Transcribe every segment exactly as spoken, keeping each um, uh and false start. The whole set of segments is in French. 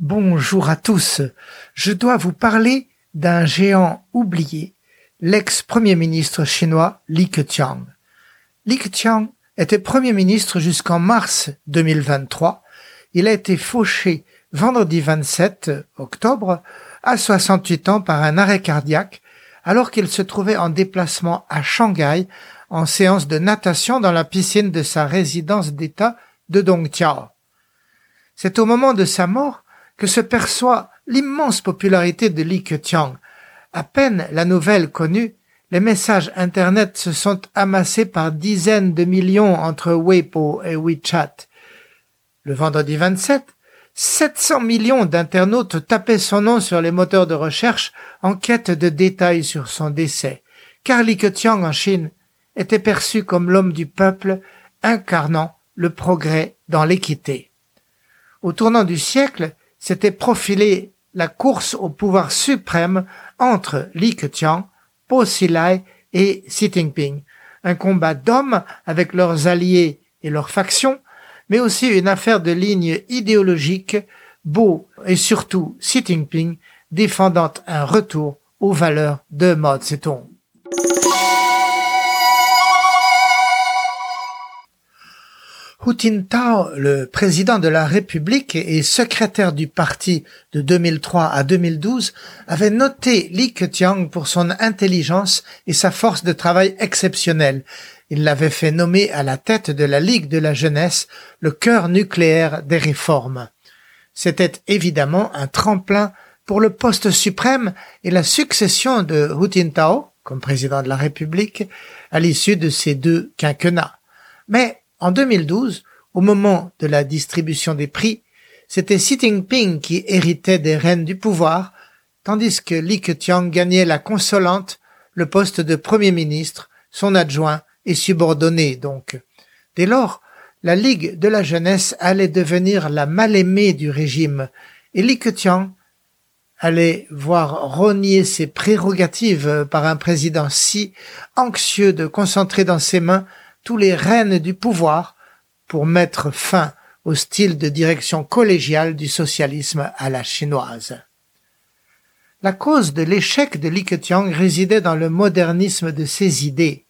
Bonjour à tous. Je dois vous parler d'un géant oublié, l'ex-premier ministre chinois Li Keqiang. Li Keqiang était premier ministre jusqu'en mars deux mille vingt-trois. Il a été fauché vendredi vingt-sept octobre à soixante-huit ans par un arrêt cardiaque alors qu'il se trouvait en déplacement à Shanghai en séance de natation dans la piscine de sa résidence d'État de Dongqiao. C'est au moment de sa mort que se perçoit l'immense popularité de Li Keqiang. À peine la nouvelle connue, les messages Internet se sont amassés par dizaines de millions entre Weibo et WeChat. Le vendredi vingt-sept, sept cents millions d'internautes tapaient son nom sur les moteurs de recherche en quête de détails sur son décès, car Li Keqiang en Chine était perçu comme l'homme du peuple incarnant le progrès dans l'équité. Au tournant du siècle, s'était profilée la course au pouvoir suprême entre Li Keqiang, Po Xilai et Xi Jinping, un combat d'hommes avec leurs alliés et leurs factions, mais aussi une affaire de ligne idéologique, Bo et surtout Xi Jinping défendant un retour aux valeurs de Mao Tse-tung. Hu Jintao, le président de la République et secrétaire du parti de deux mille trois à deux mille douze, avait noté Li Keqiang pour son intelligence et sa force de travail exceptionnelle. Il l'avait fait nommer à la tête de la Ligue de la jeunesse, le cœur nucléaire des réformes. C'était évidemment un tremplin pour le poste suprême et la succession de Hu Jintao comme président de la République à l'issue de ces deux quinquennats. Mais en deux mille douze, au moment de la distribution des prix, c'était Xi Jinping qui héritait des rênes du pouvoir, tandis que Li Keqiang gagnait la consolante, le poste de Premier ministre, son adjoint et subordonné donc. Dès lors, la Ligue de la jeunesse allait devenir la mal-aimée du régime, et Li Keqiang allait voir rogner ses prérogatives par un président si anxieux de concentrer dans ses mains tous les rênes du pouvoir pour mettre fin au style de direction collégiale du socialisme à la chinoise. La cause de l'échec de Li Keqiang résidait dans le modernisme de ses idées.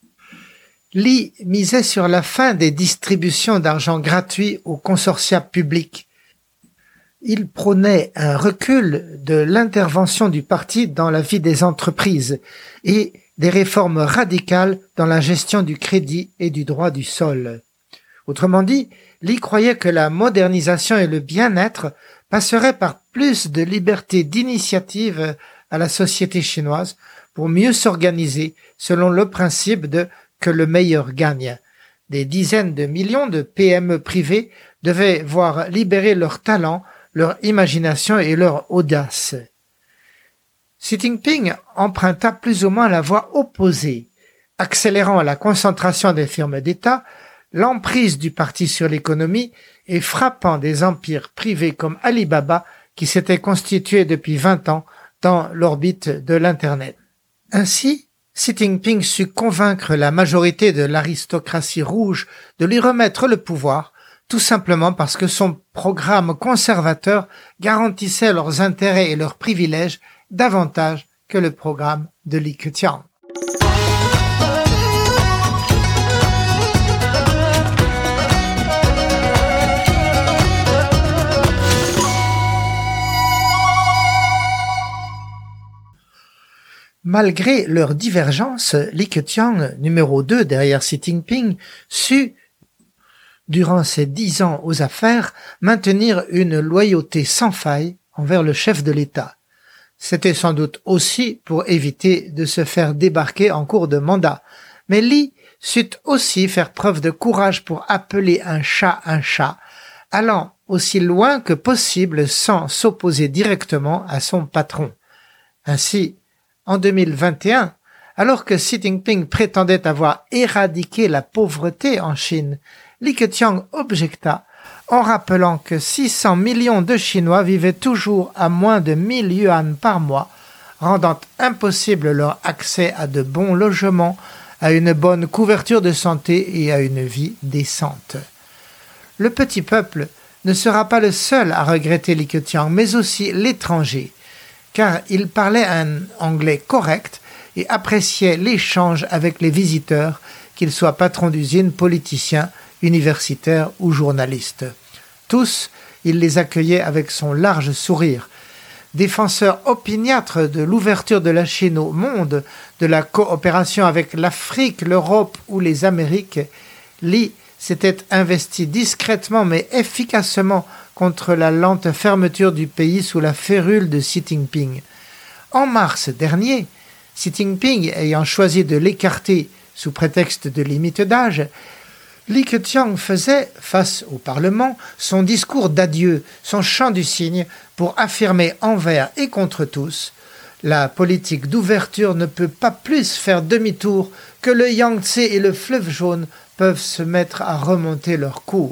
Li misait sur la fin des distributions d'argent gratuit aux consortia publics. Il prônait un recul de l'intervention du parti dans la vie des entreprises et des réformes radicales dans la gestion du crédit et du droit du sol. Autrement dit, Li croyait que la modernisation et le bien-être passeraient par plus de liberté d'initiative à la société chinoise pour mieux s'organiser selon le principe de que le meilleur gagne. Des dizaines de millions de P M E privées devaient voir libérer leur talent, leur imagination et leur audace. Xi Jinping emprunta plus ou moins la voie opposée, accélérant la concentration des firmes d'État, l'emprise du parti sur l'économie et frappant des empires privés comme Alibaba qui s'étaient constitués depuis vingt ans dans l'orbite de l'Internet. Ainsi, Xi Jinping sut convaincre la majorité de l'aristocratie rouge de lui remettre le pouvoir, tout simplement parce que son programme conservateur garantissait leurs intérêts et leurs privilèges davantage que le programme de Li Keqiang. Malgré leurs divergences, Li Keqiang, numéro deux derrière Xi Jinping, sut, durant ses dix ans aux affaires, maintenir une loyauté sans faille envers le chef de l'État. C'était sans doute aussi pour éviter de se faire débarquer en cours de mandat. Mais Li sut aussi faire preuve de courage pour appeler un chat un chat, allant aussi loin que possible sans s'opposer directement à son patron. Ainsi, en deux mille vingt et un, alors que Xi Jinping prétendait avoir éradiqué la pauvreté en Chine, Li Keqiang objecta en rappelant que six cents millions de Chinois vivaient toujours à moins de mille yuan par mois, rendant impossible leur accès à de bons logements, à une bonne couverture de santé et à une vie décente. Le petit peuple ne sera pas le seul à regretter Li Keqiang, mais aussi l'étranger, car il parlait un anglais correct et appréciait l'échange avec les visiteurs, qu'ils soient patrons d'usine, politiciens, universitaires ou journalistes. Tous, il les accueillait avec son large sourire. Défenseur opiniâtre de l'ouverture de la Chine au monde, de la coopération avec l'Afrique, l'Europe ou les Amériques, Li s'était investi discrètement mais efficacement contre la lente fermeture du pays sous la férule de Xi Jinping. En mars dernier, Xi Jinping ayant choisi de l'écarter sous prétexte de limite d'âge, Li Keqiang faisait, face au Parlement, son discours d'adieu, son chant du cygne, pour affirmer envers et contre tous « La politique d'ouverture ne peut pas plus faire demi-tour que le Yangtze et le fleuve jaune peuvent se mettre à remonter leur cours. »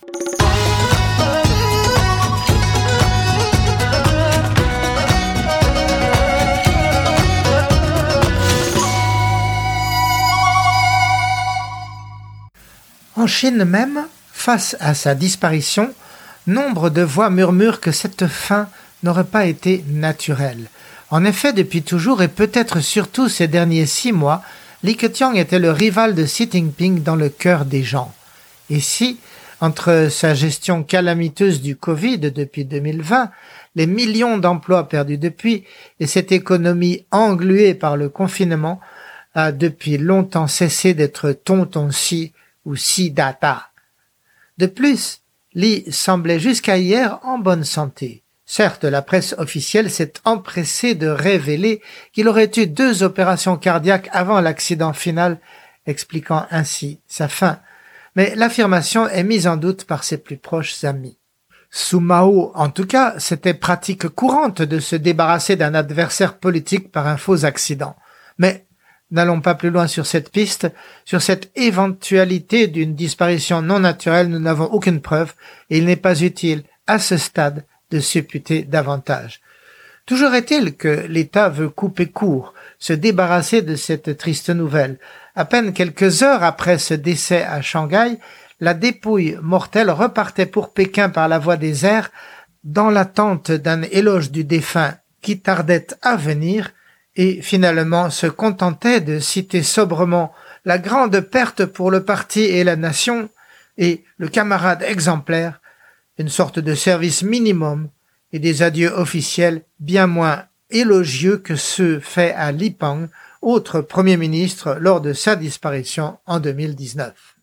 En Chine même, face à sa disparition, nombre de voix murmurent que cette fin n'aurait pas été naturelle. En effet, depuis toujours et peut-être surtout ces derniers six mois, Li Keqiang était le rival de Xi Jinping dans le cœur des gens. Et si, entre sa gestion calamiteuse du Covid depuis deux mille vingt, les millions d'emplois perdus depuis et cette économie engluée par le confinement a depuis longtemps cessé d'être tonton Xi ou Xi Data. De plus, Li semblait jusqu'à hier en bonne santé. Certes, la presse officielle s'est empressée de révéler qu'il aurait eu deux opérations cardiaques avant l'accident final, expliquant ainsi sa fin. Mais l'affirmation est mise en doute par ses plus proches amis. Sous Mao, en tout cas, c'était pratique courante de se débarrasser d'un adversaire politique par un faux accident. Mais n'allons pas plus loin sur cette piste. Sur cette éventualité d'une disparition non naturelle, nous n'avons aucune preuve et il n'est pas utile, à ce stade, de supputer davantage. Toujours est-il que l'État veut couper court, se débarrasser de cette triste nouvelle. À peine quelques heures après ce décès à Shanghai, la dépouille mortelle repartait pour Pékin par la voie des airs, dans l'attente d'un éloge du défunt qui tardait à venir, et finalement se contentait de citer sobrement la grande perte pour le parti et la nation, et le camarade exemplaire, une sorte de service minimum, et des adieux officiels bien moins élogieux que ceux faits à Li Peng, autre Premier ministre, lors de sa disparition en deux mille dix-neuf.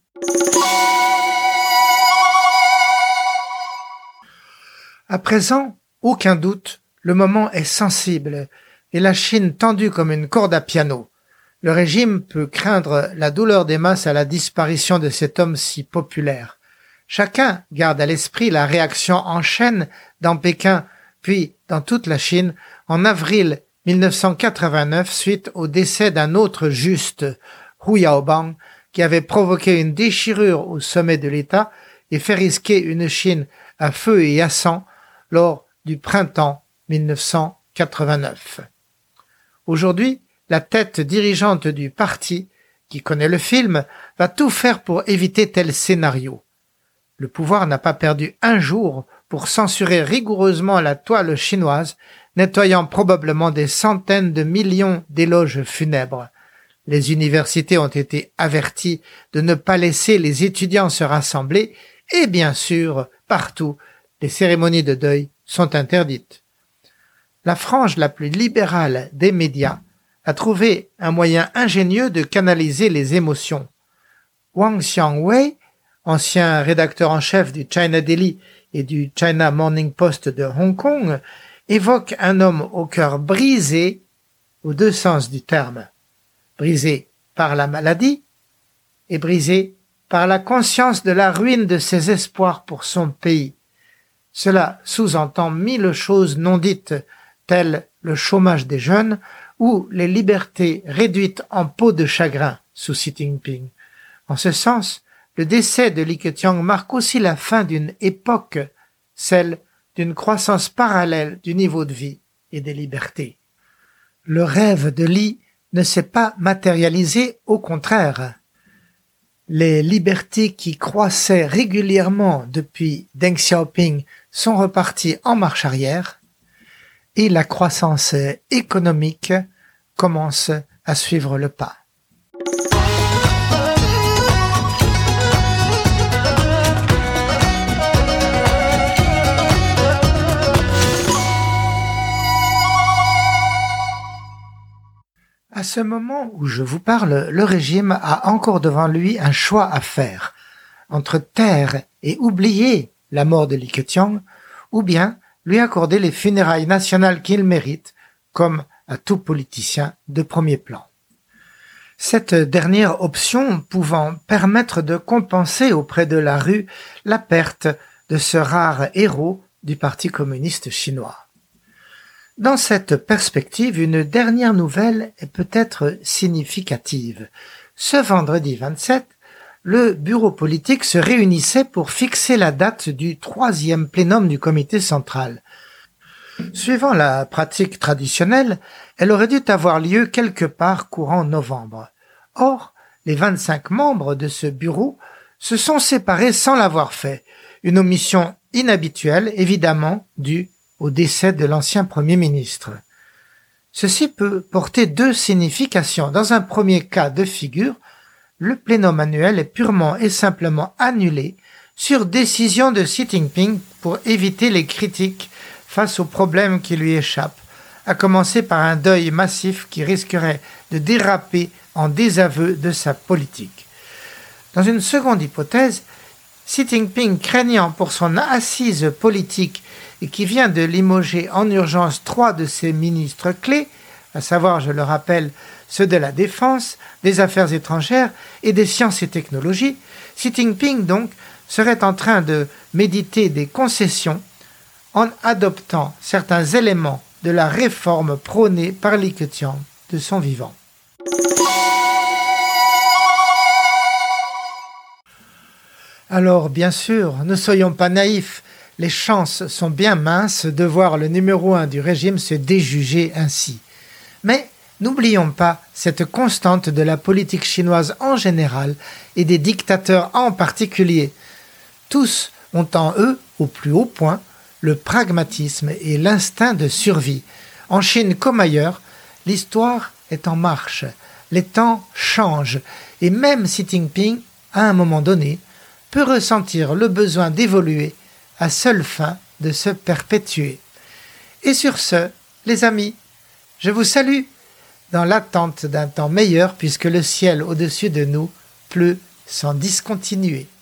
À présent, aucun doute, le moment est sensible, et la Chine tendue comme une corde à piano. Le régime peut craindre la douleur des masses à la disparition de cet homme si populaire. Chacun garde à l'esprit la réaction en chaîne dans Pékin, puis dans toute la Chine, en avril mille neuf cent quatre-vingt-neuf, suite au décès d'un autre juste, Hu Yaobang, qui avait provoqué une déchirure au sommet de l'État et fait risquer une Chine à feu et à sang lors du printemps mille neuf cent quatre-vingt-neuf. Aujourd'hui, la tête dirigeante du parti, qui connaît le film, va tout faire pour éviter tel scénario. Le pouvoir n'a pas perdu un jour pour censurer rigoureusement la toile chinoise, nettoyant probablement des centaines de millions d'éloges funèbres. Les universités ont été averties de ne pas laisser les étudiants se rassembler et bien sûr, partout, les cérémonies de deuil sont interdites. La frange la plus libérale des médias a trouvé un moyen ingénieux de canaliser les émotions. Wang Xiangwei, ancien rédacteur en chef du China Daily et du China Morning Post de Hong Kong, évoque un homme au cœur brisé aux deux sens du terme. Brisé par la maladie et brisé par la conscience de la ruine de ses espoirs pour son pays. Cela sous-entend mille choses non dites, telles le chômage des jeunes ou les libertés réduites en peau de chagrin sous Xi Jinping. En ce sens, le décès de Li Keqiang marque aussi la fin d'une époque, celle d'une croissance parallèle du niveau de vie et des libertés. Le rêve de Li ne s'est pas matérialisé, au contraire. Les libertés qui croissaient régulièrement depuis Deng Xiaoping sont reparties en marche arrière et la croissance économique commence à suivre le pas. À ce moment où je vous parle, le régime a encore devant lui un choix à faire, entre taire et oublier la mort de Li Keqiang, ou bien lui accorder les funérailles nationales qu'il mérite, comme à tout politicien de premier plan. Cette dernière option pouvant permettre de compenser auprès de la rue la perte de ce rare héros du Parti communiste chinois. Dans cette perspective, une dernière nouvelle est peut-être significative. Ce vendredi vingt-sept, le bureau politique se réunissait pour fixer la date du troisième plénum du comité central. Suivant la pratique traditionnelle, elle aurait dû avoir lieu quelque part courant novembre. Or, les vingt-cinq membres de ce bureau se sont séparés sans l'avoir fait, une omission inhabituelle, évidemment, due au décès de l'ancien Premier ministre. Ceci peut porter deux significations. Dans un premier cas de figure, le plénum annuel est purement et simplement annulé sur décision de Xi Jinping pour éviter les critiques face aux problèmes qui lui échappent, à commencer par un deuil massif qui risquerait de déraper en désaveu de sa politique. Dans une seconde hypothèse, Xi Jinping, craignant pour son assise politique et qui vient de limoger en urgence trois de ses ministres clés, à savoir, je le rappelle, ceux de la Défense, des Affaires étrangères et des Sciences et Technologies, Xi Jinping donc serait en train de méditer des concessions en adoptant certains éléments de la réforme prônée par Li Keqiang de son vivant. Alors, bien sûr, ne soyons pas naïfs, les chances sont bien minces de voir le numéro un du régime se déjuger ainsi. Mais n'oublions pas cette constante de la politique chinoise en général et des dictateurs en particulier. Tous ont en eux, au plus haut point, le pragmatisme et l'instinct de survie. En Chine comme ailleurs, l'histoire est en marche, les temps changent et même Xi Jinping, à un moment donné, peut ressentir le besoin d'évoluer à seule fin de se perpétuer. Et sur ce, les amis, je vous salue dans l'attente d'un temps meilleur puisque le ciel au-dessus de nous pleut sans discontinuer.